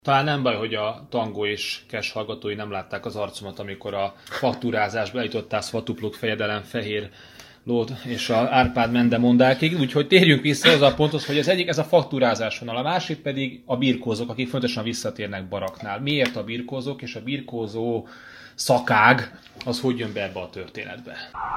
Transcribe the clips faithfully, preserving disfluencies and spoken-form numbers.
Talán nem baj, hogy a Tango és Cash hallgatói nem látták az arcomat, amikor a faktúrázásba eljutottál Svatopluk fejedelem fehér lód és a Árpád Mende mondákig, úgyhogy térjünk vissza az a ponthoz, hogy az egyik ez a faktúrázás vonal, a másik pedig a birkózók, akik fontosan visszatérnek Baraknál. Miért a birkózók és a birkózó szakág, az hogy jön be ebbe a történetbe?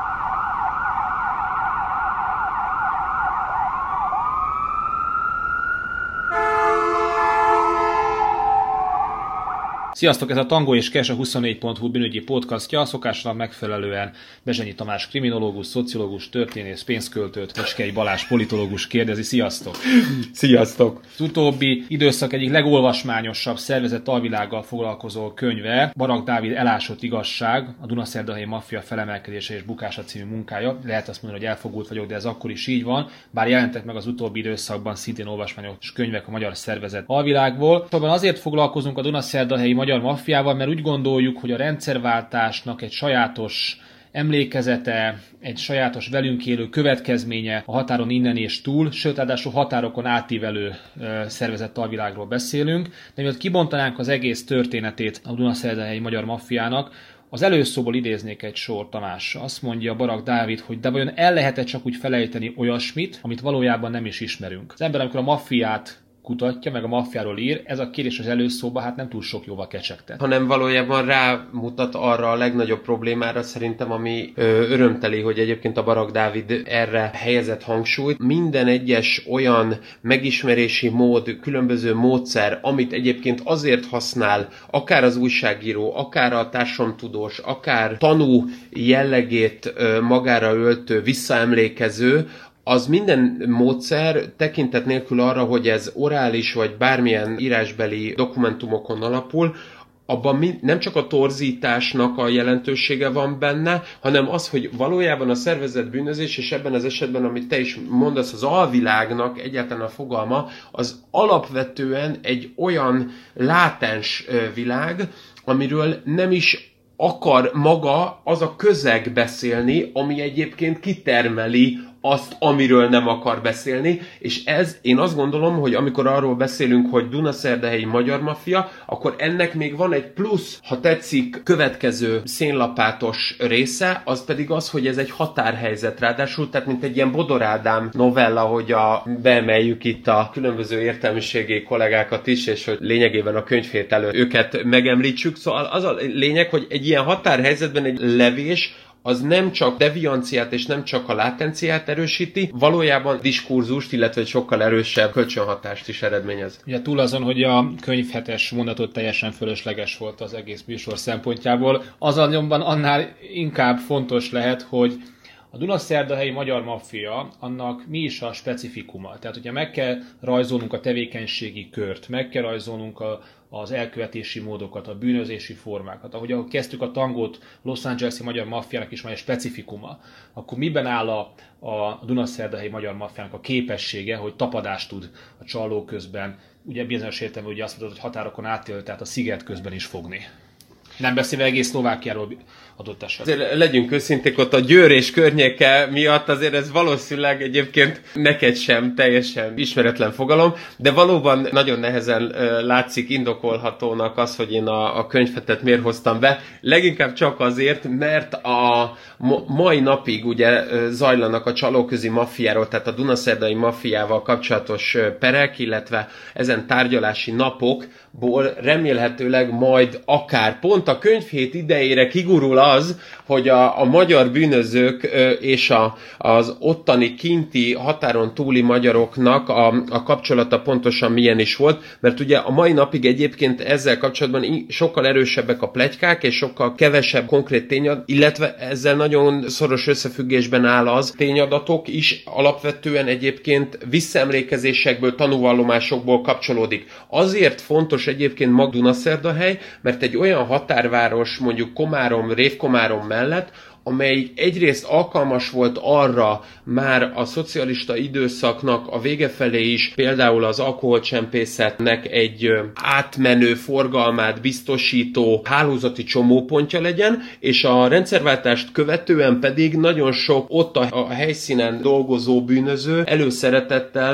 Sziasztok, ez a Tango és Cash, a huszonnégy pont hu bűnügyi podcastja, a szokásnak megfelelően Bezsenyi Tamás kriminológus, szociológus, történész, pénzköltőt, Vecskei Balázs politológus kérdezi. Sziasztok! Sziasztok! Az utóbbi időszak egyik legolvasmányosabb szervezett alvilággal foglalkozó könyve, Barak Dávid Elásott igazság, a Dunaszerdahelyi maffia felemelkedése és bukása című munkája. Lehet azt mondani, hogy elfogult vagyok, de ez akkor is így van, bár jelentek meg az utóbbi időszakban szintén olvasmányos könyvek a magyar szervezett alvilágból. Szóval azért foglalkozunk a Dunaszerdahelyi magyar maffiával, mert úgy gondoljuk, hogy a rendszerváltásnak egy sajátos emlékezete, egy sajátos velünk élő következménye a határon innen és túl, sőt, ráadásul határokon átívelő szervezett alvilágról beszélünk, de miatt kibontanánk az egész történetét a Dunaszerdahelyi magyar maffiának, az előszóból idéznék egy sort, Tamás. Azt mondja Barak Dávid, hogy de vajon el lehet-e csak úgy felejteni olyasmit, amit valójában nem is ismerünk. Az ember, amikor a maffiát kutatja, meg a maffiáról ír, ez a kérdés az előszóba hát nem túl sok jóval kecsegtet. Hanem valójában rámutat arra a legnagyobb problémára szerintem, ami ö, örömteli, hogy egyébként a Barak Dávid erre helyezett hangsúlyt. Minden egyes olyan megismerési mód, különböző módszer, amit egyébként azért használ, akár az újságíró, akár a társadalomtudós, akár tanú jellegét ö, magára öltő, visszaemlékező, az minden módszer tekintet nélkül arra, hogy ez orális vagy bármilyen írásbeli dokumentumokon alapul, abban nem csak a torzításnak a jelentősége van benne, hanem az, hogy valójában a szervezett bűnözés, és ebben az esetben, amit te is mondasz, az alvilágnak egyáltalán a fogalma, az alapvetően egy olyan látens világ, amiről nem is akar maga az a közeg beszélni, ami egyébként kitermeli azt, amiről nem akar beszélni, és ez, én azt gondolom, hogy amikor arról beszélünk, hogy Dunaszerdahelyi magyar maffia, akkor ennek még van egy plusz, ha tetszik, következő szénlapátos része, az pedig az, hogy ez egy határhelyzet ráadásul, tehát mint egy ilyen Bodor Ádám novella, hogy a, beemeljük itt a különböző értelmiségi kollégákat is, és hogy lényegében a könyvhét előtt őket megemlítsük. Szóval az a lényeg, hogy egy ilyen határhelyzetben egy levés, az nem csak devianciát és nem csak a látenciát erősíti, valójában diskurzust, illetve egy sokkal erősebb kölcsönhatást is eredményez. Ugye túl azon, hogy a könyvhetes mondatot teljesen fölösleges volt az egész műsor szempontjából, az azonban annál inkább fontos lehet, hogy a Dunaszerdahelyi magyar maffia, annak mi is a specifikuma? Tehát ugye meg kell rajzolnunk a tevékenységi kört, meg kell rajzolnunk a, az elkövetési módokat, a bűnözési formákat. Ahogy ahogy kezdtük a tangót, Los Angeles-i magyar maffiának is van egy specifikuma, akkor miben áll a, a Dunaszerdahelyi magyar maffiának a képessége, hogy tapadást tud a csaló közben, ugye bizonyos értelemben ugye azt mondod, hogy határokon átél, tehát a sziget közben is fogni. Nem beszélve egész Szlovákiáról adott esetben. Azért legyünk őszinték, ott a Győr és környéke miatt azért ez valószínűleg egyébként neked sem teljesen ismeretlen fogalom, de valóban nagyon nehezen uh, látszik indokolhatónak az, hogy én a, a könyvhetet miért hoztam be. Leginkább csak azért, mert a ma- mai napig ugye uh, zajlanak a csalóközi maffiáról, tehát a Dunaszerdahelyi maffiával kapcsolatos uh, perek, illetve ezen tárgyalási napokból remélhetőleg majd akár pont a könyvhét idejére kigurul az, hogy a, a magyar bűnözők ö, és a, az ottani kinti határon túli magyaroknak a, a kapcsolata pontosan milyen is volt, mert ugye a mai napig egyébként ezzel kapcsolatban sokkal erősebbek a pletykák, és sokkal kevesebb konkrét tényadat, illetve ezzel nagyon szoros összefüggésben áll az tényadatok is alapvetően egyébként visszaemlékezésekből, tanúvallomásokból kapcsolódik. Azért fontos egyébként mag Dunaszerdahely, mert egy olyan határváros, mondjuk Komárom, Révkomárom mellett, amely egyrészt alkalmas volt arra már a szocialista időszaknak a vége felé is, például az alkoholcsempészetnek egy átmenő forgalmát biztosító hálózati csomópontja legyen, és a rendszerváltást követően pedig nagyon sok ott a helyszínen dolgozó bűnöző előszeretettel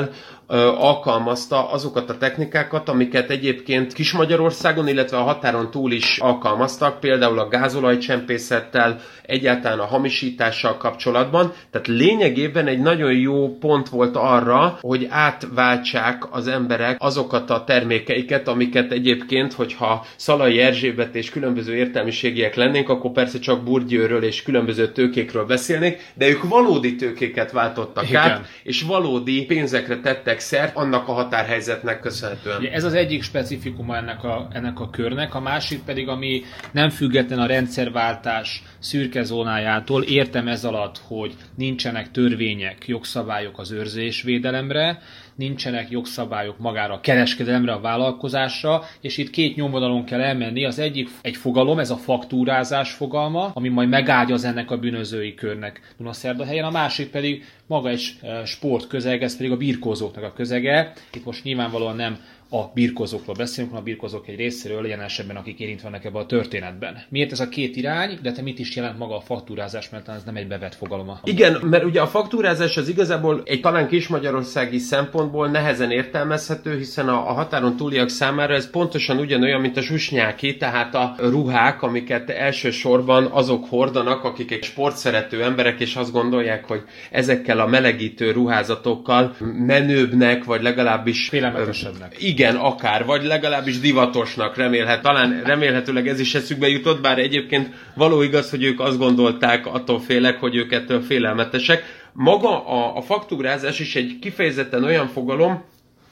alkalmazta azokat a technikákat, amiket egyébként Kis-Magyarországon, illetve a határon túl is alkalmaztak, például a gázolajcsempészettel, egyáltalán a hamisítással kapcsolatban. Tehát lényegében egy nagyon jó pont volt arra, hogy átváltsák az emberek azokat a termékeiket, amiket egyébként, hogyha Szalai Erzsébet és különböző értelmiségiek lennénk, akkor persze csak Bourdieuről és különböző tőkékről beszélnék, de ők valódi tőkéket váltottak Igen. át, és valódi pénzekre tettek szert annak a határhelyzetnek köszönhetően. Ugye ez az egyik specifikuma ennek a, ennek a körnek, a másik pedig, ami nem független a rendszerváltás szürke zónájától, értem ez alatt, hogy nincsenek törvények, jogszabályok az őrzésvédelemre, nincsenek jogszabályok magára a kereskedelemre, a vállalkozásra, és itt két nyomvonalon kell elmenni. Az egyik egy fogalom, ez a faktúrázás fogalma, ami majd megágyaz ennek a bűnözői körnek Dunaszerdahelyen, a másik pedig maga egy sportközeg, ez pedig a birkózóknak a közege. Itt most nyilvánvalóan nem a birkózókról beszélünk, hanem a birkózók egy részéről, legyen esetben, akik érintve vannak ebben a történetben. Miért ez a két irány, de te mit is jelent maga a faktúrázás, mert ez nem egy bevett fogalom. Igen, mert ugye a faktúrázás az igazából egy talán kismagyarországi szempontból nehezen értelmezhető, hiszen a, a határon túliak számára ez pontosan ugyanolyan, mint a zsusnyáki, tehát a ruhák, amiket elsősorban azok hordanak, akik egy sportszerető emberek, és azt gondolják, hogy ezekkel a melegítő ruházatokkal menőbbnek, vagy legalábbis félelmetesebbnek. Igen, akár, vagy legalábbis divatosnak remélhet. Talán remélhetőleg ez is eszükbe jutott, bár egyébként való igaz, hogy ők azt gondolták, attól félek, hogy ők ettől félelmetesek. Maga a, a faktúrázás is egy kifejezetten olyan fogalom,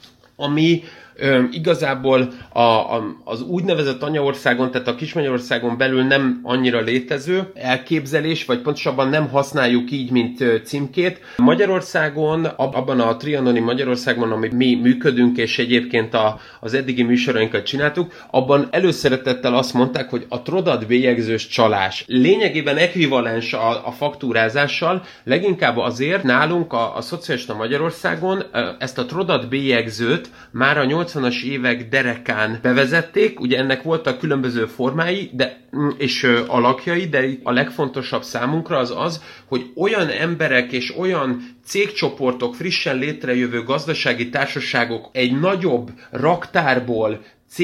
ami ö, igazából a, a, az úgynevezett anyaországon, tehát a Kis-Magyarországon belül nem annyira létező elképzelés, vagy pontosabban nem használjuk így, mint ö, címkét. Magyarországon, ab, abban a trianoni Magyarországon, ami mi működünk, és egyébként a, az eddigi műsorainkat csináltuk, abban előszeretettel azt mondták, hogy a trodat bélyegzős csalás lényegében ekvivalens a, a faktúrázással, leginkább azért nálunk a, a szocialista Magyarországon ö, ezt a trodat bélyegzőt már a nyolcvanas évek derekán bevezették, ugye ennek voltak különböző formái de, és ö, alakjai, de a legfontosabb számunkra az az, hogy olyan emberek és olyan cégcsoportok, frissen létrejövő gazdasági társaságok egy nagyobb raktárból,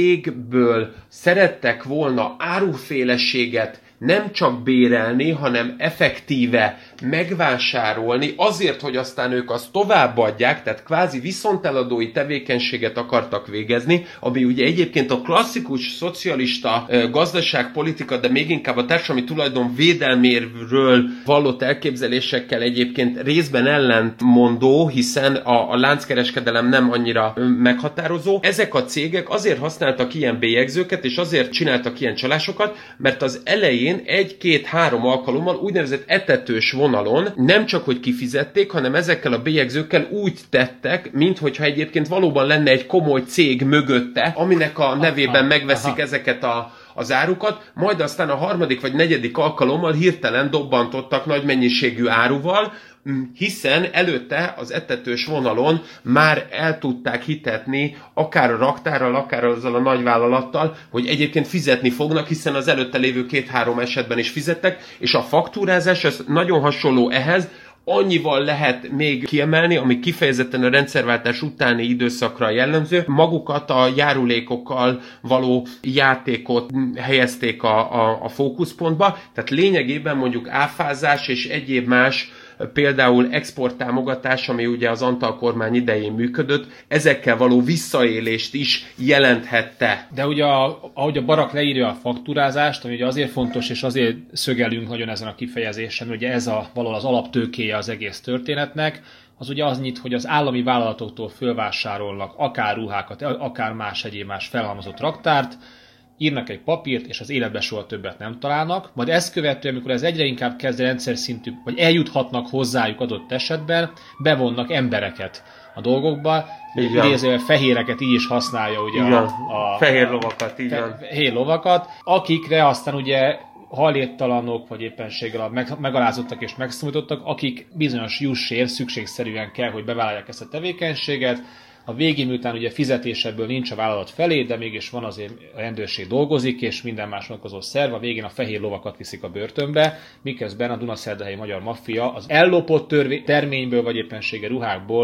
cégből szerettek volna áruféleséget nem csak bérelni, hanem effektíve megvásárolni, azért, hogy aztán ők azt továbbadják, tehát kvázi viszonteladói tevékenységet akartak végezni, ami ugye egyébként a klasszikus szocialista gazdaságpolitika, de még inkább a társadalmi tulajdon védelméről vallott elképzelésekkel egyébként részben ellentmondó, hiszen a, a lánckereskedelem nem annyira meghatározó. Ezek a cégek azért használtak ilyen bélyegzőket, és azért csináltak ilyen csalásokat, mert az elején egy-két-három alkalommal úgynevezett etetős vonalon nem csak, hogy kifizették, hanem ezekkel a bélyegzőkkel úgy tettek, minthogyha egyébként valóban lenne egy komoly cég mögötte, aminek a nevében megveszik aha. ezeket a az árukat, majd aztán a harmadik vagy negyedik alkalommal hirtelen dobbantottak nagy mennyiségű áruval, hiszen előtte az etetős vonalon már el tudták hitetni akár a raktárral, akár azzal a nagyvállalattal, hogy egyébként fizetni fognak, hiszen az előtte lévő két-három esetben is fizettek, és a faktúrázás ez nagyon hasonló ehhez, annyival lehet még kiemelni, ami kifejezetten a rendszerváltás utáni időszakra jellemző. Magukat a járulékokkal való játékot helyezték a, a, a fókuszpontba, tehát lényegében mondjuk áfázás és egyéb más, például exporttámogatás, ami ugye az Antal kormány idején működött, ezekkel való visszaélést is jelenthette. De ugye, a, ahogy a Barak leírja a faktúrázást, ami ugye azért fontos, és azért szögelünk nagyon ezen a kifejezésen, ugye ez a, valahol az alaptőkéje az egész történetnek, az ugye az nyit, hogy az állami vállalatoktól fölvásárolnak akár ruhákat, akár más egyéb más felhalmozott raktárt, írnak egy papírt, és az életben soha többet nem találnak, majd ezt követően, amikor ez egyre inkább kezd rendszer szintű, vagy eljuthatnak hozzájuk adott esetben, bevonnak embereket a dolgokba, idézően fehéreket így is használja ugye a, a fehér lovakat, így fe, fehér lovakat, akikre aztán ugye hajléktalanok, vagy éppenséggel a meg, megalázottak és megszomítottak, akik bizonyos jussér szükségszerűen kell, hogy bevállalják ezt a tevékenységet. A végén, miután ugye fizetésebből nincs a vállalat felé, de mégis van azért a rendőrség dolgozik, és minden más vonatkozó szerv, a végén a fehér lovakat viszik a börtönbe, miközben a dunaszerdahelyi magyar maffia az ellopott törvé- terményből, vagy éppenséggel ruhákból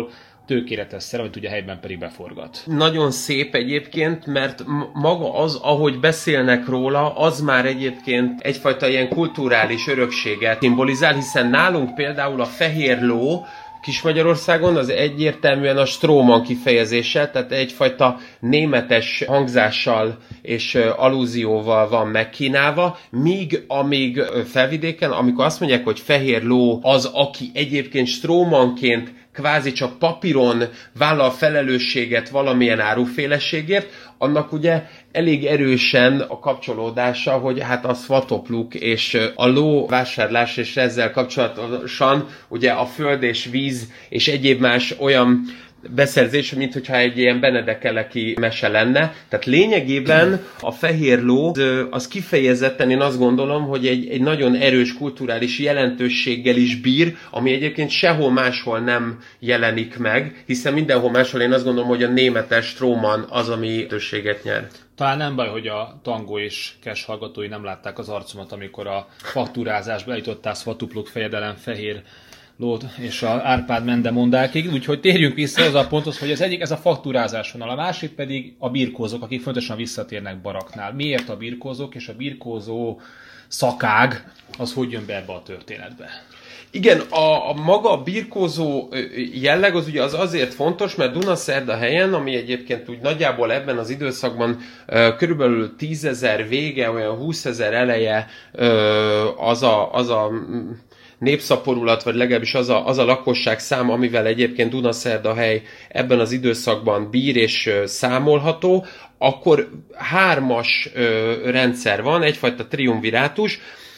tőkéletes szer, amit ugye helyben pedig beforgat. Nagyon szép egyébként, mert maga az, ahogy beszélnek róla, az már egyébként egyfajta ilyen kulturális örökséget szimbolizál, hiszen nálunk például a fehér ló Kis-Magyarországon az egyértelműen a Strohmann kifejezéssel, tehát egyfajta németes hangzással és alúzióval van megkínálva, míg amíg felvidéken, amikor azt mondják, hogy fehér ló az, aki egyébként Strohmannként kvázi csak papíron vállal felelősséget valamilyen áruféleségért, annak ugye elég erősen a kapcsolódása, hogy hát a Svatopluk és a ló vásárlás és ezzel kapcsolatosan ugye a föld és víz és egyéb más olyan beszerzés, mint hogyha egy ilyen Benedekeleki mese lenne. Tehát lényegében a fehér ló az kifejezetten, én azt gondolom, hogy egy, egy nagyon erős kulturális jelentőséggel is bír, ami egyébként sehol máshol nem jelenik meg, hiszen mindenhol máshol én azt gondolom, hogy a németes Strohmann az, ami jelentőséget nyer. Talán nem baj, hogy a Tango és Cash hallgatói nem látták az arcomat, amikor a faktúrázásba eljutottál Svatopluk fejedelem fehér lót és a Árpád mendemondákig, úgyhogy térjünk vissza az a ponthoz, hogy az egyik ez a faktúrázás vonal, a másik pedig a birkózók, akik fontosan visszatérnek Baraknál. Miért a birkózók és a birkózó szakág, az hogy jön be ebbe a történetbe? Igen, a, a maga a birkózó jelleg az ugye az azért fontos, mert Dunaszerdahelyen, ami egyébként úgy nagyjából ebben az időszakban uh, körülbelül tízezer vége, olyan húszezer eleje uh, az a, az a népszaporulat, vagy legalábbis az a, az a lakosság szám, amivel egyébként Dunaszerdahely ebben az időszakban bír és uh, számolható, akkor hármas uh, rendszer van, egyfajta triumvirátus.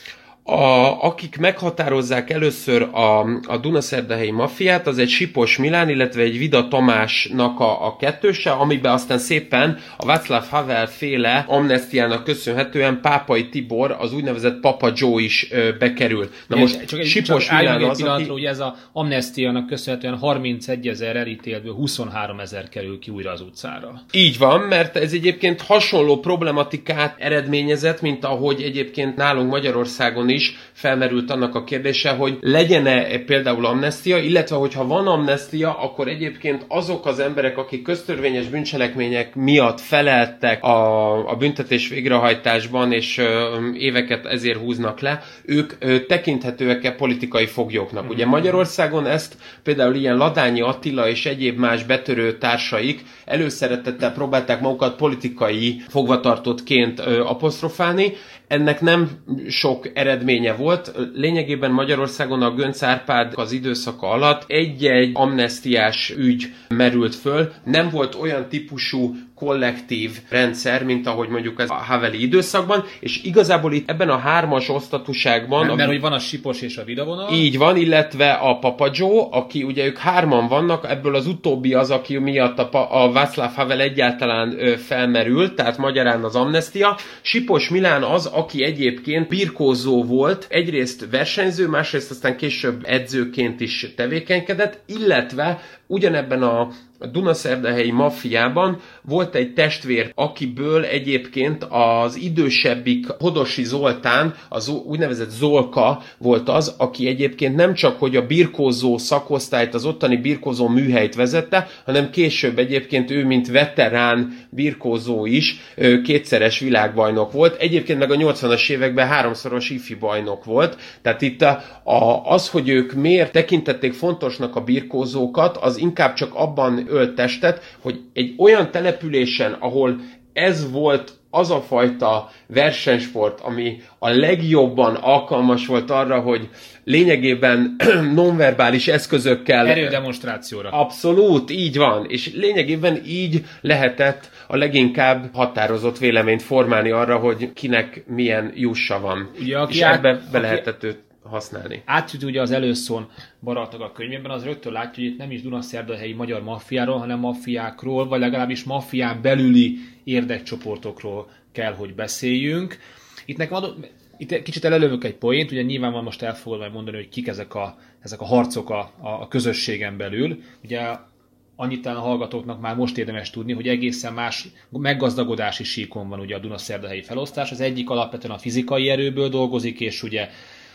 A, akik meghatározzák először a, a dunaszerdahelyi maffiát, az egy Sipos Milán, illetve egy Vida Tamásnak a, a kettőse, amiben aztán szépen a Václav Havel féle amnestiának köszönhetően Pápai Tibor, az úgynevezett Papa Joe is ö, bekerül. Na most csak egy, Sipos csak Milán az, pillanatra, aki... ugye ez az amnestiának köszönhetően harmincegyezer elítéltből huszonháromezer kerül ki újra az utcára. Így van, mert ez egyébként hasonló problematikát eredményezett, mint ahogy egyébként nálunk Magyarországon is felmerült annak a kérdése, hogy legyen-e például amnestia, illetve hogyha van amnestia, akkor egyébként azok az emberek, akik köztörvényes bűncselekmények miatt feleltek a, a büntetés végrehajtásban, és ö, éveket ezért húznak le, ők ö, tekinthetőek-e politikai foglyoknak. Ugye Magyarországon ezt például ilyen Ladányi Attila és egyéb más betörő társaik előszeretettel próbálták magukat politikai fogvatartottként ö, apostrofálni. Ennek nem sok eredménye volt. Lényegében Magyarországon a Göncz Árpád az időszaka alatt egy-egy amnestiás ügy merült föl. Nem volt olyan típusú kollektív rendszer, mint ahogy mondjuk ez a haveli időszakban, és igazából itt ebben a hármas osztatúságban... Mert, mert hogy van a Sipos és a Vida vonal. Így van, illetve a Papa Joe, aki ugye ők hárman vannak, ebből az utóbbi az, aki miatt a, a Václav Havel egyáltalán ö, felmerült, tehát magyarán az amnestia. Sipos Milán az, aki egyébként birkózó volt, egyrészt versenyző, másrészt aztán később edzőként is tevékenykedett, illetve ugyanebben a dunaszerdahelyi maffiában volt egy testvér, akiből egyébként az idősebbik Hodosi Zoltán, az úgynevezett Zolka volt az, aki egyébként nem csak, hogy a birkózó szakosztályt, az ottani birkózó műhelyt vezette, hanem később egyébként ő, mint veterán birkózó is kétszeres világbajnok volt. Egyébként meg a nyolcvanas években háromszoros ifi bajnok volt. Tehát itt a, a, az, hogy ők miért tekintették fontosnak a birkózókat, az inkább csak abban ölt testet, hogy egy olyan településen, ahol ez volt az a fajta versenysport, ami a legjobban alkalmas volt arra, hogy lényegében nonverbális eszközökkel... Erődemonstrációra. Abszolút, így van. És lényegében így lehetett a leginkább határozott véleményt formálni arra, hogy kinek milyen jussa van. Ugye, és át, ebbe be aki... lehetett őt használni. Átjut ugye az előszón Baratag a könyvében, az rögtön látja, hogy itt nem is dunaszerdahelyi magyar maffiáról, hanem maffiákról, vagy legalábbis maffián belüli érdekcsoportokról kell, hogy beszéljünk. Itt nekem adott, itt kicsit elelövök egy poént, ugye nyilván most el fogod majd mondani, hogy kik ezek a, ezek a harcok a, a közösségen belül. Ugye annyit talán a hallgatóknak már most érdemes tudni, hogy egészen más meggazdagodási síkon van ugye a dunaszerdahelyi felosztás. Az egyik alapvetően a fizikai erőből dolgozik, és ugye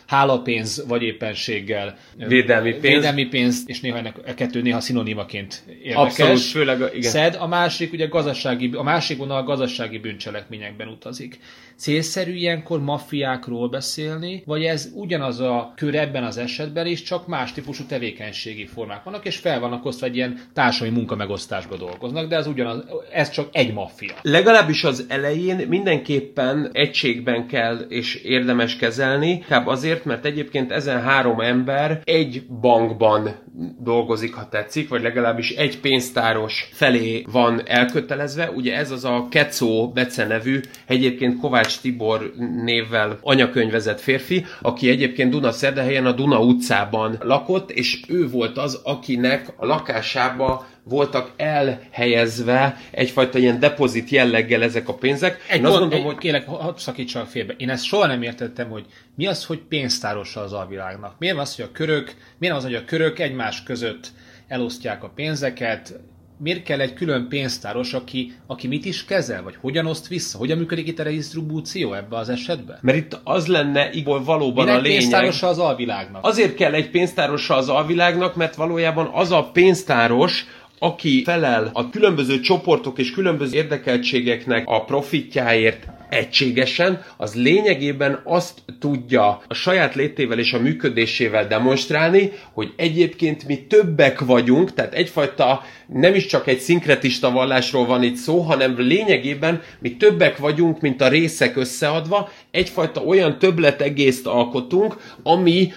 hálapénz, vagy éppenséggel védelmi pénz, védelmi pénz és néha ennek a kettő néha szinonimaként érdekes. Abszolút, főleg, igen. Szed, a másik ugye gazdasági, a másik vonal a gazdasági bűncselekményekben utazik. Célszerű ilyenkor maffiákról beszélni, vagy ez ugyanaz a kör ebben az esetben is, csak más típusú tevékenységi formák vannak, és fel vannak osztva egy ilyen társadalmi munkamegosztásba dolgoznak, de ez ugyanaz, ez csak egy maffia. Legalábbis az elején mindenképpen egységben kell és érdemes kezelni, inkább azért, mert egyébként ezen három ember egy bankban dolgozik, ha tetszik, vagy legalábbis egy pénztáros felé van elkötelezve. Ugye ez az a Kecó Bece nevű, egyébként Kovács Tibor névvel anyakönyvezett férfi, aki egyébként Dunaszerdahelyen a Duna utcában lakott, és ő volt az, akinek a lakásába voltak elhelyezve egyfajta ilyen depozit jelleggel ezek a pénzek. Egy, azt gondolom, hogy kérlek, hadd szakítsak félbe. Én ezt soha nem értettem, hogy mi az, hogy pénztárosa az alvilágnak. Miért az, hogy a körök, miért az, hogy a körök egymás között elosztják a pénzeket, miért kell egy külön pénztáros, aki, aki mit is kezel, vagy hogyan oszt vissza? Hogyan működik itt a redistribúció ebbe az esetben? Mert itt az lenne igazán valóban minek a lényeg. pénztárosa az alvilágnak? Azért kell egy pénztárosa az alvilágnak, mert valójában az a pénztáros, aki felel a különböző csoportok és különböző érdekeltségeknek a profitjáért egységesen, az lényegében azt tudja a saját létével és a működésével demonstrálni, hogy egyébként mi többek vagyunk, tehát egyfajta nem is csak egy szinkretista vallásról van itt szó, hanem lényegében mi többek vagyunk, mint a részek összeadva, egyfajta olyan többletegészt alkotunk, ami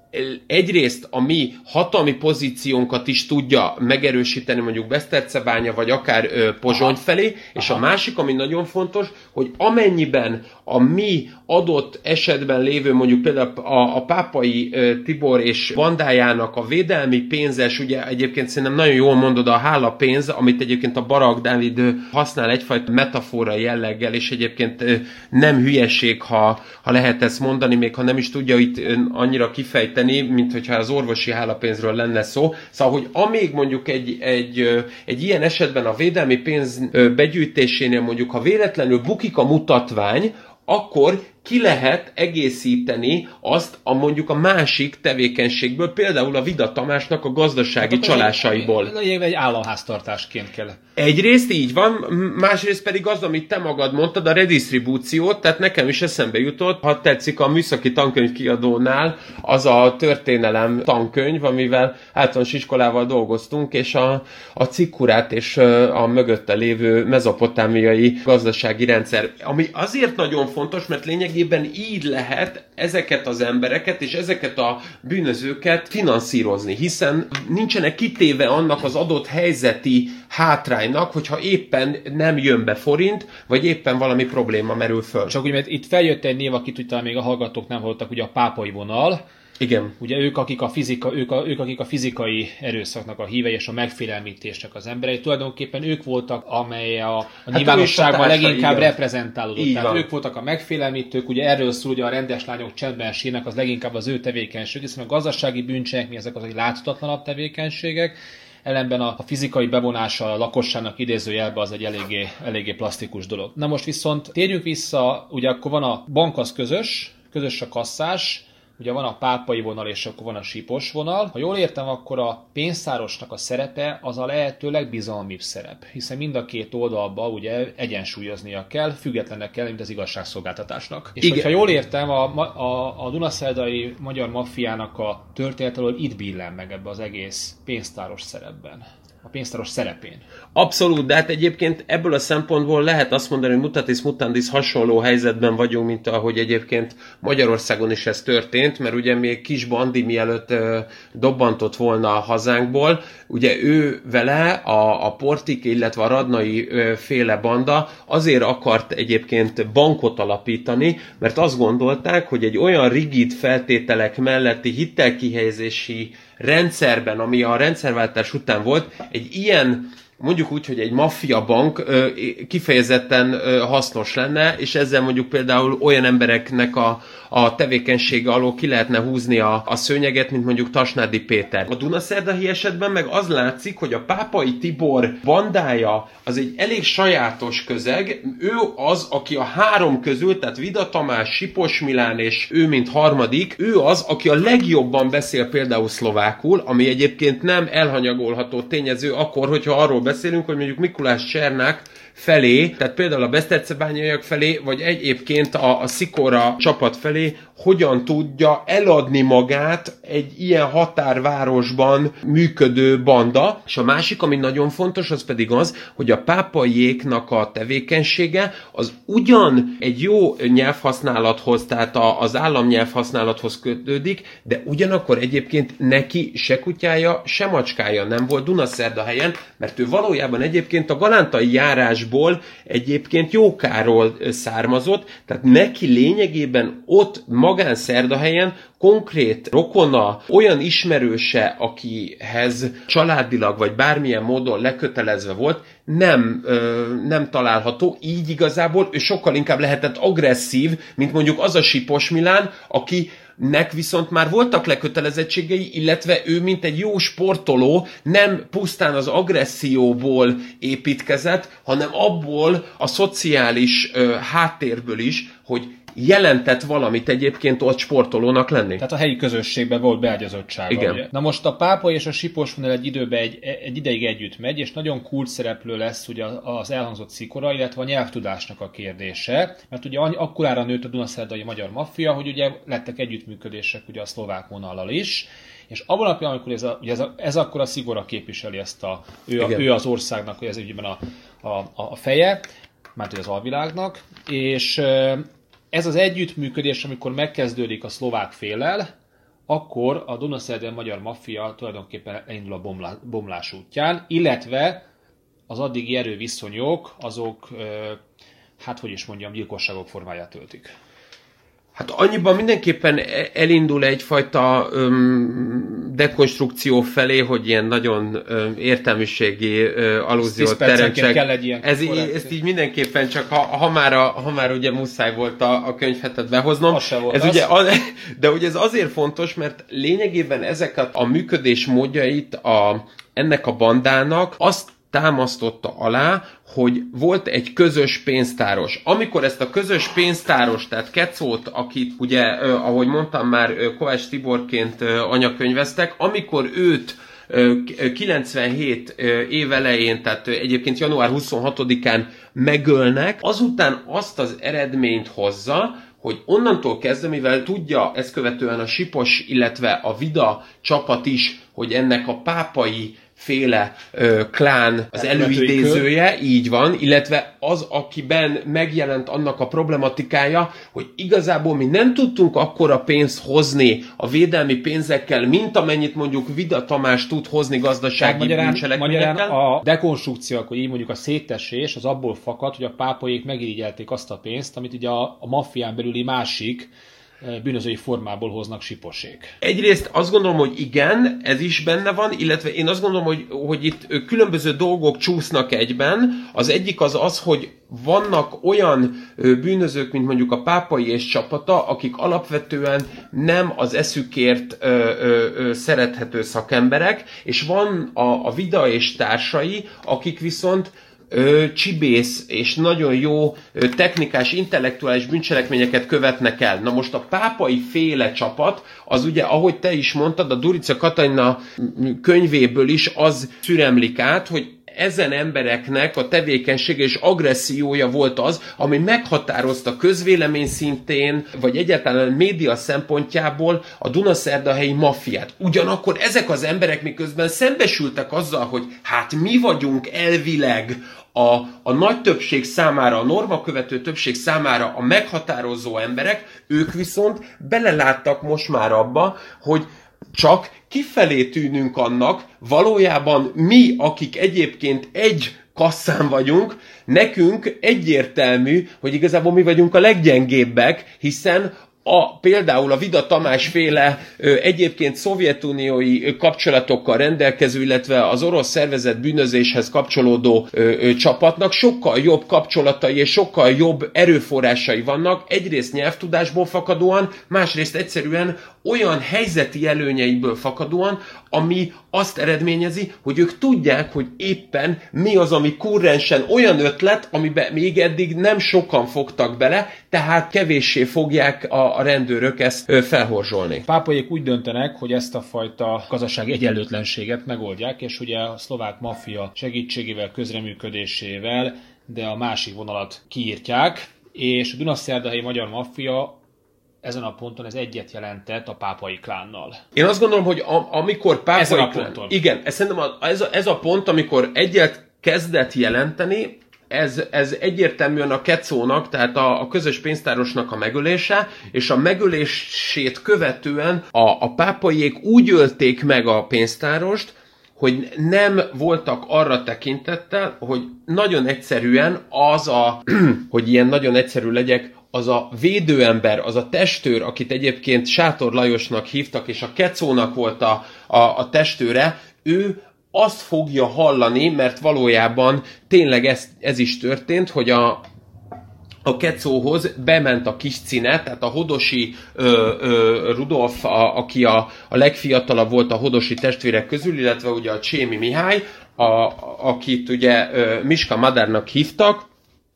egyrészt a mi hatalmi pozíciónkat is tudja megerősíteni mondjuk Besztercebánya, vagy akár ö, Pozsony felé, aha, és aha, a másik, ami nagyon fontos, hogy amennyiben a mi adott esetben lévő mondjuk például a, a Pápai ö, Tibor és bandájának a védelmi pénzes, ugye egyébként szerintem nagyon jól mondod a hálapénz, amit egyébként a Barak Dávid ö, használ egyfajta metafora jelleggel, és egyébként ö, nem hülyeség, ha, ha lehet ezt mondani, még ha nem is tudja itt ö, annyira kifejteni, mint hogyha az orvosi hálapénzről lenne szó. Szóval, hogy amíg mondjuk egy, egy, egy ilyen esetben a védelmi pénz begyűjtésénél mondjuk, ha véletlenül bukik a mutatvány, akkor ki lehet egészíteni azt a mondjuk a másik tevékenységből, például a Vida Tamásnak a gazdasági hát csalásaiból. Egy, egy államháztartásként kell. Egyrészt így van, másrészt pedig az, amit te magad mondtad, a redistribúciót, tehát nekem is eszembe jutott, ha tetszik, a műszaki tankönyv kiadónál az a történelem tankönyv, amivel általános iskolával dolgoztunk, és a, a cikkurát és a mögötte lévő mezopotámiai gazdasági rendszer, ami azért nagyon fontos, mert lényegében így lehet ezeket az embereket és ezeket a bűnözőket finanszírozni, hiszen nincsenek kitéve annak az adott helyzeti hátránynak, hogyha éppen nem jön be forint, vagy éppen valami probléma merül föl. Csak úgy, mert itt feljött egy név, akit talán még a hallgatók nem hallottak, ugye a pápai vonal. Igen. Ugye ők akik, a fizika, ők, a, ők, akik a fizikai erőszaknak a hívei és a megfélemlítésnek az emberei, tulajdonképpen ők voltak, amely a, a hát nyilvánosságban leginkább igen. reprezentálódott. Így Tehát van. Ők voltak a megfélemlítők, ugye erről szól, ugye a rendes lányok csendben sírnak, az leginkább az ő tevékenység, hiszen a gazdasági bűncselekmények, ezek az, hogy láthatatlan tevékenységek, ellenben a, a fizikai bevonása a lakosságnak idézőjelbe az egy eléggé, eléggé plastikus dolog. Na most viszont térjünk vissza, ugye akkor van a bank az közös, közös a kasszás, ugye van a pápai vonal, és akkor van a sípos vonal. Ha jól értem, akkor a pénztárosnak a szerepe az a lehető legbizalmibb szerep, hiszen mind a két oldalba ugye egyensúlyoznia kell, függetlennek kell, mint az igazságszolgáltatásnak. És hogyha jól értem, a, a, a dunaszerdai magyar maffiának a történetéről itt billen meg ebbe az egész pénztáros szerepben. A pénztáros szerepén. Abszolút, de hát egyébként ebből a szempontból lehet azt mondani, hogy mutatis mutandis hasonló helyzetben vagyunk, mint ahogy egyébként Magyarországon is ez történt, mert ugye még Kis Bandi mielőtt ö, dobbantott volna a hazánkból, ugye ő vele a, a Portik, illetve a Radnai ö, féle banda azért akart egyébként bankot alapítani, mert azt gondolták, hogy egy olyan rigid feltételek melletti hitelkihelyezési rendszerben, ami a rendszerváltás után volt, egy ilyen mondjuk úgy, hogy egy maffia bank kifejezetten hasznos lenne, és ezzel mondjuk például olyan embereknek a, a tevékenysége alól ki lehetne húzni a, a szőnyeget, mint mondjuk Tasnádi Péter. A Dunaszerdahelyi esetben meg az látszik, hogy a Pápai Tibor bandája az egy elég sajátos közeg, ő az, aki a három közül, tehát Vida Tamás, Sipos Milán és ő mint harmadik, ő az, aki a legjobban beszél például szlovákul, ami egyébként nem elhanyagolható tényező akkor, hogyha arról beszélünk, hogy mondjuk Mikulás Csernák felé, tehát például a besztercebányaiak felé, vagy egyébként a, a Szikora csapat felé hogyan tudja eladni magát egy ilyen határvárosban működő banda. És a másik, ami nagyon fontos, az pedig az, hogy a pápaiéknak a tevékenysége az ugyan egy jó nyelvhasználathoz, tehát a, az államnyelvhasználathoz kötődik, de ugyanakkor egyébként neki se kutyája, se macskája nem volt Dunaszerdahelyen, mert ő valójában egyébként a galántai járásból egyébként Jókáról származott, tehát neki lényegében ott magán Szerdahelyen konkrét rokona, olyan ismerőse, akihez családilag vagy bármilyen módon lekötelezve volt, nem, ö, nem található, így igazából ő sokkal inkább lehetett agresszív, mint mondjuk az a Sipos Milán, aki nek viszont már voltak lekötelezettségei, illetve ő, mint egy jó sportoló, nem pusztán az agresszióból építkezett, hanem abból a szociális ö, háttérből is, hogy jelentett valamit egyébként ott sportolónak lenni. Tehát a helyi közösségben volt beágyazottsága. Igen. Ugye? Na most a Pápai és a Sipos vonal egy időben egy, egy ideig együtt megy, és nagyon kult szereplő lesz ugye az elhangzott Szikora, illetve a nyelvtudásnak a kérdése, mert ugye akkorára nőtt a Dunaszerdai magyar maffia, hogy ugye lettek együttműködések ugye a szlovák vonallal is, és abban a pillanatban, amikor ez, a, ugye ez, a, ez akkor a Szikora képviseli ezt a, ő, a, ő az országnak, hogy ez ügyben a, a, a feje, már az alvilágnak, és ez az együttműködés, amikor megkezdődik a szlovák féllel, akkor a Dunaszerdai magyar maffia tulajdonképpen elindul a bomlá, bomlás útján, illetve az addigi erőviszonyok, azok, hát hogy is mondjam, gyilkosságok formáját öltik. Hát annyiban mindenképpen elindul egyfajta öm, dekonstrukció felé, hogy ilyen nagyon öm, értelmiségi ö, allúziót teremtsek. Kell egy ilyen Ez, ezt így mindenképpen csak, ha, ha, már, a, ha már ugye muszáj volt a, a könyvhetet behoznom. Az se volt ez az. ugye az, de ugye ez azért fontos, mert lényegében ezeket a működés módjait a, ennek a bandának azt támasztotta alá, hogy volt egy közös pénztáros. Amikor ezt a közös pénztáros, tehát Kecót, akit ugye, ahogy mondtam már, Kovács Tiborként anyakönyveztek, amikor őt kilencvenhét év elején, tehát egyébként január huszonhatodikán megölnek, azután azt az eredményt hozza, hogy onnantól kezdve, mivel tudja ezt követően a Sipos, illetve a Vida csapat is, hogy ennek a pápai féle ö, klán az előidézője, így van, illetve az, akiben megjelent annak a problematikája, hogy igazából mi nem tudtunk akkora pénzt hozni a védelmi pénzekkel, mint amennyit mondjuk Vida Tamás tud hozni gazdasági bűncselekményekkel. Magyarán a dekonstrukció, akkor így mondjuk a szétesés, az abból fakad, hogy a pápaiék megirigyelték azt a pénzt, amit ugye a, a maffián belüli másik bűnözői formából hoznak Siposék. Egyrészt azt gondolom, hogy igen, ez is benne van, illetve én azt gondolom, hogy, hogy itt különböző dolgok csúsznak egyben. Az egyik az az, hogy vannak olyan bűnözők, mint mondjuk a Pápai és csapata, akik alapvetően nem az eszükért ö, ö, ö, szerethető szakemberek, és van a, a Vida és társai, akik viszont Ö, csibész és nagyon jó ö, technikás, intellektuális bűncselekményeket követnek el. Na most a pápai féle csapat, az ugye, ahogy te is mondtad, a Durica Katalina könyvéből is az szüremlik át, hogy ezen embereknek a tevékenysége és agressziója volt az, ami meghatározta közvélemény szintén, vagy egyáltalán média szempontjából a dunaszerdahelyi maffiát. Ugyanakkor ezek az emberek miközben szembesültek azzal, hogy hát mi vagyunk elvileg a, a nagy többség számára, a normakövető többség számára a meghatározó emberek, ők viszont beleláttak most már abba, hogy csak kifelé tűnünk annak, valójában mi, akik egyébként egy kasszán vagyunk, nekünk egyértelmű, hogy igazából mi vagyunk a leggyengébbek, hiszen a, például a Vida Tamás féle ö, egyébként szovjetuniói kapcsolatokkal rendelkező, illetve az orosz szervezett bűnözéshez kapcsolódó ö, ö, csapatnak sokkal jobb kapcsolatai és sokkal jobb erőforrásai vannak, egyrészt nyelvtudásból fakadóan, másrészt egyszerűen olyan helyzeti előnyeiből fakadóan, ami azt eredményezi, hogy ők tudják, hogy éppen mi az, ami kurrensen olyan ötlet, amiben még eddig nem sokan fogtak bele, tehát kevéssé fogják a, a rendőrök ezt ö, felhorzsolni. Pápaiék úgy döntenek, hogy ezt a fajta gazdasági egyenlőtlenséget megoldják, és ugye a szlovák maffia segítségével, közreműködésével, de a másik vonalat kiírtják, és a dunaszerdahelyi magyar maffia ezen a ponton ez egyet jelentett a pápai klánnal. Én azt gondolom, hogy a, amikor pápai ezen a klán... ponton. Igen, ez, szerintem a, ez, a, ez a pont, amikor egyet kezdett jelenteni, ez, ez egyértelműen a Kecónak, tehát a, a közös pénztárosnak a megölése, és a megölését követően a, a pápaiék úgy ölték meg a pénztárost, hogy nem voltak arra tekintettel, hogy nagyon egyszerűen az a, hogy ilyen nagyon egyszerű legyek, az a védőember, az a testőr, akit egyébként Sátor Lajosnak hívtak, és a Kecónak volt a, a, a testőre, ő azt fogja hallani, mert valójában tényleg ez, ez is történt, hogy a, a Kecóhoz bement a kis Cine, tehát a Hodosi ö, ö, Rudolf, a, aki a, a legfiatalabb volt a Hodosi testvérek közül, illetve ugye a Csémi Mihály, a, akit ugye ö, Miska Madárnak hívtak,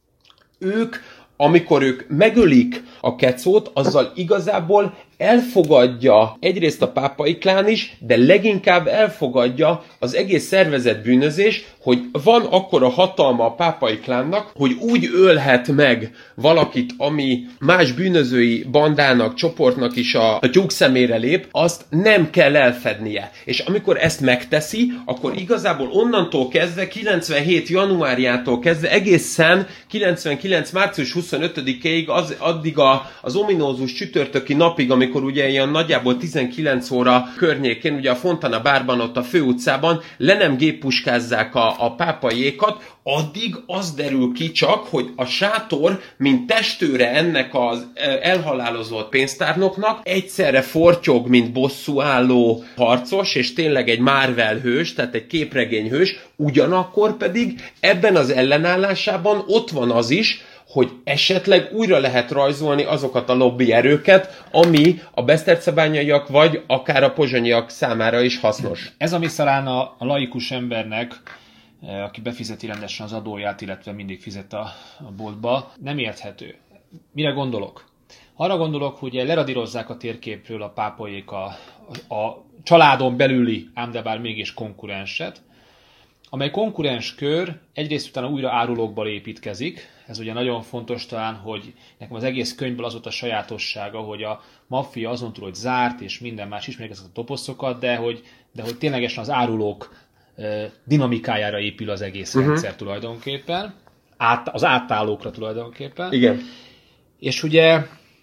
ők, amikor ők megölik a Kecót, azzal igazából elfogadja egyrészt a pápai klán is, de leginkább elfogadja az egész szervezett bűnözés, hogy van akkora hatalma a pápai klánnak, hogy úgy ölhet meg valakit, ami más bűnözői bandának, csoportnak is a, a tyúk szemére lép, azt nem kell elfednie. És amikor ezt megteszi, akkor igazából onnantól kezdve, kilencvenhét januárjától kezdve, egészen kilencvenkilenc március huszonötödikéig, az, addig a, az ominózus csütörtöki napig, amikor ugye ilyen nagyjából tizenkilenc óra környékén, ugye a Fontana bárban, ott a főutcában le nem géppuskázzák a, a pápaiékat, addig az derül ki csak, hogy a Sátor, mint testőre ennek az elhalálozott pénztárnoknak, egyszerre fortyog, mint bosszúálló harcos, és tényleg egy Marvel hős, tehát egy képregényhős, ugyanakkor pedig ebben az ellenállásában ott van az is, hogy esetleg újra lehet rajzolni azokat a lobby erőket, ami a besztercebányaiak vagy akár a pozsonyiak számára is hasznos. Ez, ami talán a, a laikus embernek, aki befizeti rendesen az adóját, illetve mindig fizet a, a boltba, nem érthető. Mire gondolok? Arra gondolok, hogy leradírozzák a térképről a pápaiék a, a, a családon belüli, ám de bár mégis konkurenset, amely konkurens kör egyrészt utána újra árulókból építkezik. Ez ugye nagyon fontos talán, hogy nekem az egész könyvből az volt a sajátossága, hogy a maffia azon túl, hogy zárt és minden más ismerik ezeket a toposzokat, de hogy, de hogy ténylegesen az árulók dinamikájára épül az egész uh-huh. rendszer tulajdonképpen, át, az átállókra tulajdonképpen. Igen. És ugye,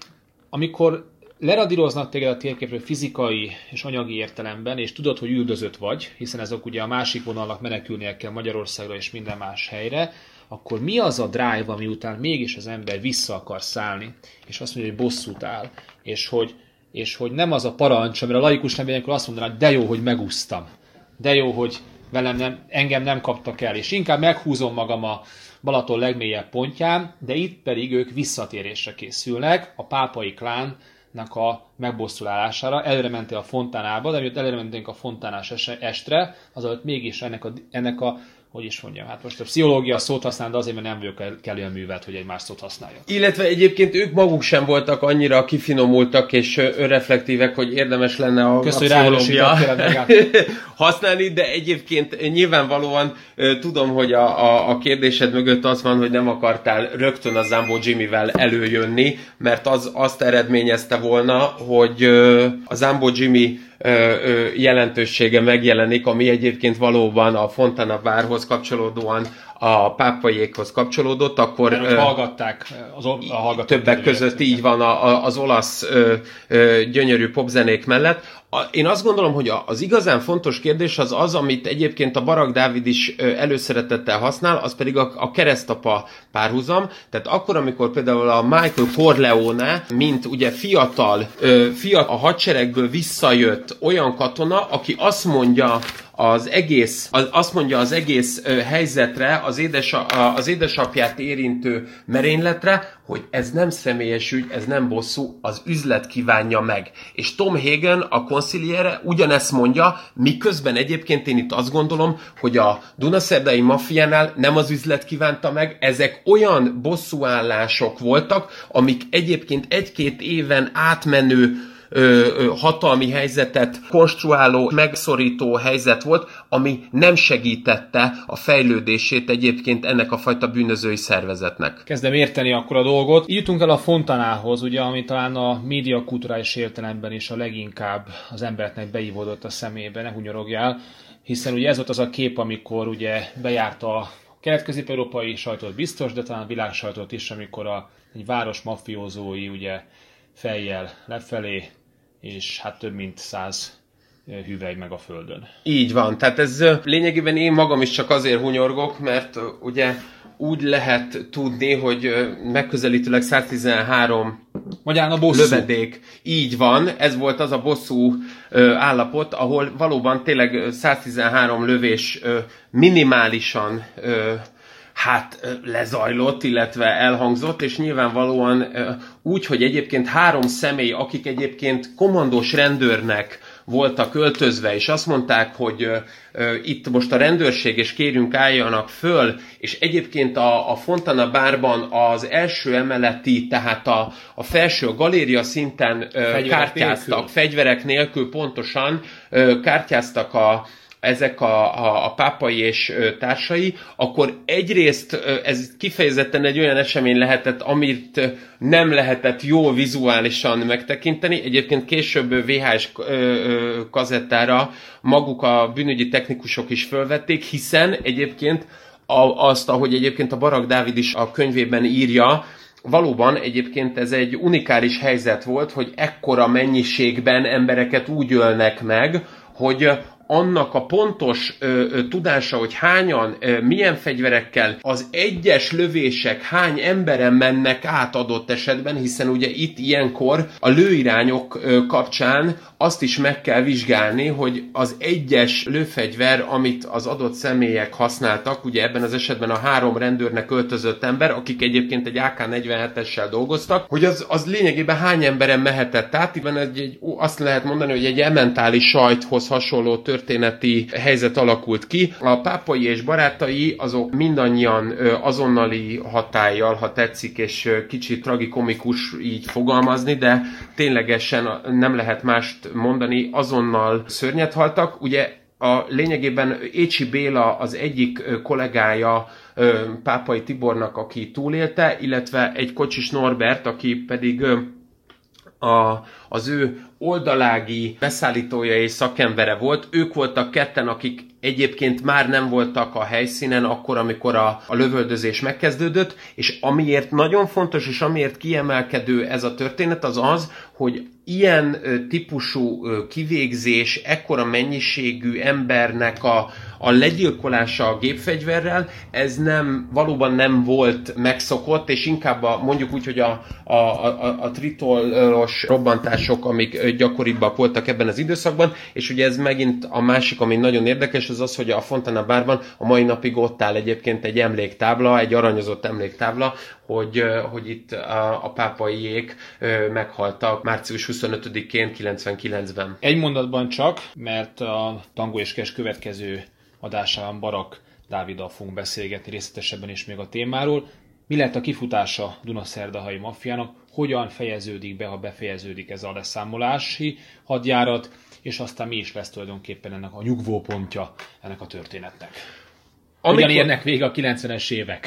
amikor leradíroznak téged a térképről fizikai és anyagi értelemben, és tudod, hogy üldözött vagy, hiszen ezek ugye a másik vonalnak menekülnie kell Magyarországra és minden más helyre, akkor mi az a drive, ami után mégis az ember vissza akar szállni, és azt mondja, hogy bosszút áll, és hogy, és hogy nem az a parancs, amire a laikus nem ilyenkor azt mondaná, de jó, hogy megúsztam, de jó, hogy velem nem, engem nem kaptak el, és inkább meghúzom magam a Balaton legmélyebb pontján, de itt pedig ők visszatérésre készülnek, a pápai klánnak a megbosszulására. Előre mentél a fontánába, de miatt előre mentünk a fontánás estre, azon mégis ennek a, ennek a hogy is mondjam, hát most a pszichológia szót használ, de azért, mert nem vagyok kellően művelt, hogy egy más szót használja. Illetve egyébként ők maguk sem voltak annyira kifinomultak és önreflektívek, hogy érdemes lenne a, Kösz, a pszichológia hogy használni, de egyébként nyilvánvalóan tudom, hogy a, a, a kérdésed mögött az van, hogy nem akartál rögtön a Zambó Jimivel előjönni, mert az azt eredményezte volna, hogy a Zambó Jimmy jelentősége megjelenik, ami egyébként valóban a Fontana bárhoz kapcsolódóan a pápaiékhoz kapcsolódott, akkor... Mert ö, hallgatták az, a hallgatók. Többek között így van a, a, az olasz ö, ö, gyönyörű popzenék mellett. Én azt gondolom, hogy az igazán fontos kérdés az az, amit egyébként a Barak Dávid is előszeretettel használ, az pedig a, a keresztapa párhuzam. Tehát akkor, amikor például a Michael Corleone, mint ugye fiatal, fiatal a hadseregből visszajött olyan katona, aki azt mondja, az egész, az, azt mondja az egész ö, helyzetre, az, édesa, az édesapját érintő merényletre, hogy ez nem személyes ügy, ez nem bosszú, az üzlet kívánja meg. És Tom Hagen, a consigliere ugyanezt mondja, miközben egyébként én itt azt gondolom, hogy a Dunaszerdai maffiánál nem az üzlet kívánta meg, ezek olyan bosszúállások voltak, amik egyébként egy-két éven átmenő hatalmi helyzetet konstruáló, megszorító helyzet volt, ami nem segítette a fejlődését egyébként ennek a fajta bűnözői szervezetnek. Kezdem érteni akkor a dolgot. Így jutunk el a Fontanához, ugye, ami talán a média kulturális értelemben is a leginkább az embereknek beívódott a szemébe, ne hunyorogjál, hiszen ugye ez volt az a kép, amikor ugye bejárt a kelet-közép-európai sajtót biztos, de talán a világ sajtót is, amikor a, egy város mafiózói ugye fejjel lefelé, és hát több mint száz hüvely meg a földön. Így van, tehát ez lényegében én magam is csak azért hunyorgok, mert ugye úgy lehet tudni, hogy megközelítőleg száztizenhárom Magyarán a bosszú. Lövedék. Így van, ez volt az a bosszú állapot, ahol valóban tényleg száztizenhárom lövés minimálisan hát lezajlott, illetve elhangzott, és nyilvánvalóan úgy, hogy egyébként három személy, akik egyébként kommandós rendőrnek voltak öltözve, és azt mondták, hogy itt most a rendőrség, és kérünk álljanak föl, és egyébként a, a Fontana bárban az első emeleti, tehát a, a felső a galéria szinten fegyverek kártyáztak, nélkül. fegyverek nélkül pontosan kártyáztak a ezek a, a, a pápai és ö, társai, akkor egyrészt ö, ez kifejezetten egy olyan esemény lehetett, amit ö, nem lehetett jól vizuálisan megtekinteni. Egyébként később vé há es ö, ö, kazettára maguk a bűnügyi technikusok is fölvették, hiszen egyébként a, azt, ahogy egyébként a Barak Dávid is a könyvében írja, valóban egyébként ez egy unikális helyzet volt, hogy ekkora mennyiségben embereket úgy ölnek meg, hogy annak a pontos ö, ö, tudása, hogy hányan, ö, milyen fegyverekkel az egyes lövések hány emberen mennek át adott esetben, hiszen ugye itt ilyenkor a lőirányok ö, kapcsán azt is meg kell vizsgálni, hogy az egyes lőfegyver, amit az adott személyek használtak, ugye ebben az esetben a három rendőrnek öltözött ember, akik egyébként egy á ká negyvenhetessel dolgoztak, hogy az, az lényegében hány emberen mehetett át, ibben egy, egy, azt lehet mondani, hogy egy ementális sajthoz hasonló történeti helyzet alakult ki. A pápai és barátai azok mindannyian azonnali hatállyal, ha tetszik, és kicsit tragikomikus így fogalmazni, de ténylegesen nem lehet mást mondani, azonnal szörnyet haltak. Ugye a lényegében Écsi Béla az egyik kollégája Pápai Tibornak, aki túlélte, illetve egy Kocsis Norbert, aki pedig a, az ő oldalági beszállítója és szakembere volt. Ők voltak ketten, akik egyébként már nem voltak a helyszínen akkor, amikor a, a lövöldözés megkezdődött, és amiért nagyon fontos, és amiért kiemelkedő ez a történet, az az, hogy ilyen típusú kivégzés, ekkora mennyiségű embernek a, a legyilkolása a gépfegyverrel, ez nem, valóban nem volt megszokott, és inkább a, mondjuk úgy, hogy a, a, a, a tritolos robbantások, amik gyakoribbak voltak ebben az időszakban, és ugye ez megint a másik, ami nagyon érdekes, az az, hogy a Fontana bárban a mai napig ott áll egyébként egy emléktábla, egy aranyozott emléktábla, hogy, hogy itt a, a pápaiék meghaltak március huszonötödikén kilencvenkilencben. Egy mondatban csak, mert a Tangó és Kes következő adásában Barak Dáviddal fogunk beszélgetni részletesebben is még a témáról. Mi lett a kifutása Dunaszerdahely maffiának, hogyan fejeződik be, ha befejeződik ez a leszámolási hadjárat, és aztán mi is lesz tulajdonképpen ennek a nyugvópontja ennek a történetnek. Hogyan Amikor... érnek vége a kilencvenes évek?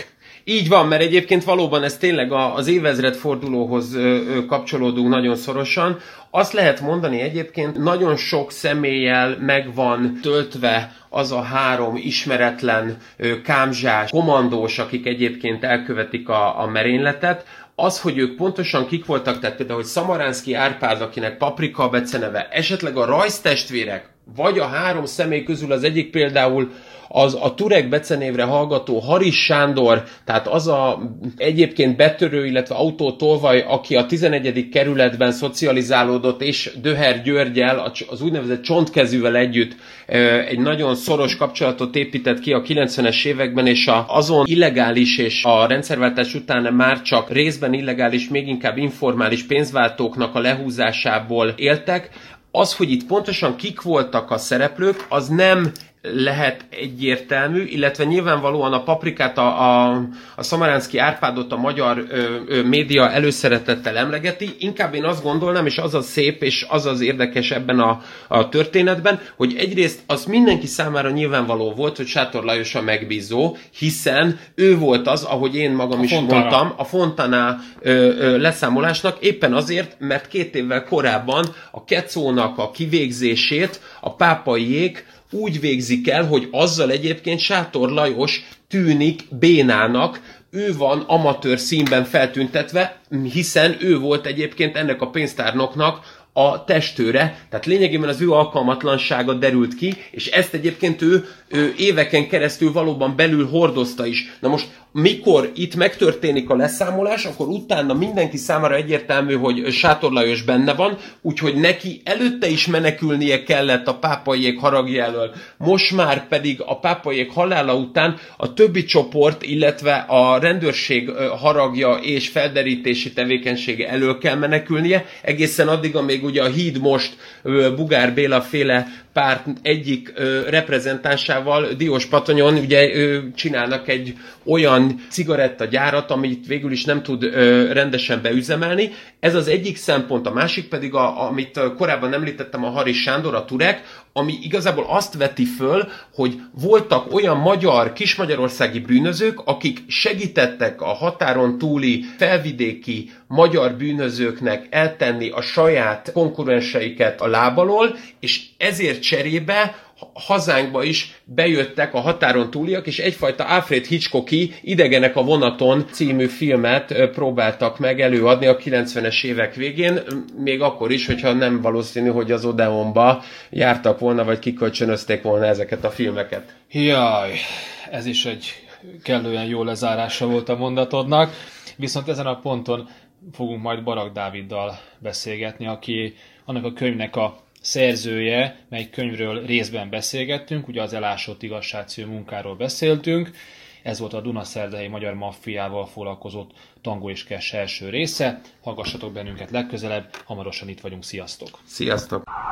Így van, mert egyébként valóban ez tényleg az évezredfordulóhoz kapcsolódunk nagyon szorosan. Azt lehet mondani egyébként, nagyon sok személlyel meg van töltve az a három ismeretlen kámzsás komandós, akik egyébként elkövetik a, a merényletet. Az, hogy ők pontosan kik voltak, tehát például, hogy Szamaránszky Árpád, akinek Paprika a beceneve, esetleg a rajztestvérek, vagy a három személy közül az egyik például az a Turek becenévre hallgató Haris Sándor, tehát az a egyébként betörő, illetve autótolvaj, aki a tizenegyedik kerületben szocializálódott, és Döher Györgyel, az úgynevezett csontkezűvel együtt egy nagyon szoros kapcsolatot épített ki a kilencvenes években, és azon illegális és a rendszerváltás után már csak részben illegális, még inkább informális pénzváltóknak a lehúzásából éltek. Az, hogy itt pontosan kik voltak a szereplők, az nem lehet egyértelmű, illetve nyilvánvalóan a Paprikát, a, a, a Szamaránszky Árpádot a magyar ö, ö, média előszeretettel emlegeti. Inkább én azt gondolnám, és az a szép, és az az érdekes ebben a, a történetben, hogy egyrészt az mindenki számára nyilvánvaló volt, hogy Sátor Lajos a megbízó, hiszen ő volt az, ahogy én magam a is Fontana. mondtam, a Fontana ö, ö, leszámolásnak, éppen azért, mert két évvel korábban a Kecónak a kivégzését a pápaiék úgy végzik el, hogy azzal egyébként Sátor Lajos tűnik bénának, ő van amatőr színben feltüntetve, hiszen ő volt egyébként ennek a pénztárnoknak a testőre, tehát lényegében az ő alkalmatlansága derült ki, és ezt egyébként ő, ő éveken keresztül valóban belül hordozta is. Na most, mikor itt megtörténik a leszámolás, akkor utána mindenki számára egyértelmű, hogy Sátor Lajos benne van, úgyhogy neki előtte is menekülnie kellett a pápaiék haragja elől. Most már pedig a pápaiék halála után a többi csoport, illetve a rendőrség haragja és felderítési tevékenysége elől kell menekülnie, egészen addig, amíg ugye a Híd most Bugár Béla féle párt egyik ö, reprezentánsával, Diós Patonyon ugye ö, csinálnak egy olyan cigarettagyárat, amit végül is nem tud ö, rendesen beüzemelni. Ez az egyik szempont, a másik pedig, a, amit korábban említettem, a Haris Sándor, a Turek, ami igazából azt veti föl, hogy voltak olyan magyar, kismagyarországi bűnözők, akik segítettek a határon túli felvidéki magyar bűnözőknek eltenni a saját konkurenseiket a lábalól, és ezért cserébe hazánkba is bejöttek a határon túliak, és egyfajta Alfred Hitchcocki Idegenek a vonaton című filmet próbáltak meg előadni a kilencvenes évek végén, még akkor is, hogyha nem valószínű, hogy az Odeonba jártak volna, vagy kikölcsönözték volna ezeket a filmeket. Jaj, ez is egy kellően jó lezárása volt a mondatodnak, viszont ezen a ponton fogunk majd Barak Dáviddal beszélgetni, aki annak a könyvnek a szerzője, mely könyvről részben beszélgettünk, ugye az Elásott igazság című munkáról beszéltünk, ez volt a Dunaszerdahelyi magyar maffiával foglalkozott Tangó és Cash első része, hallgassatok bennünket legközelebb, hamarosan itt vagyunk, sziasztok! Sziasztok!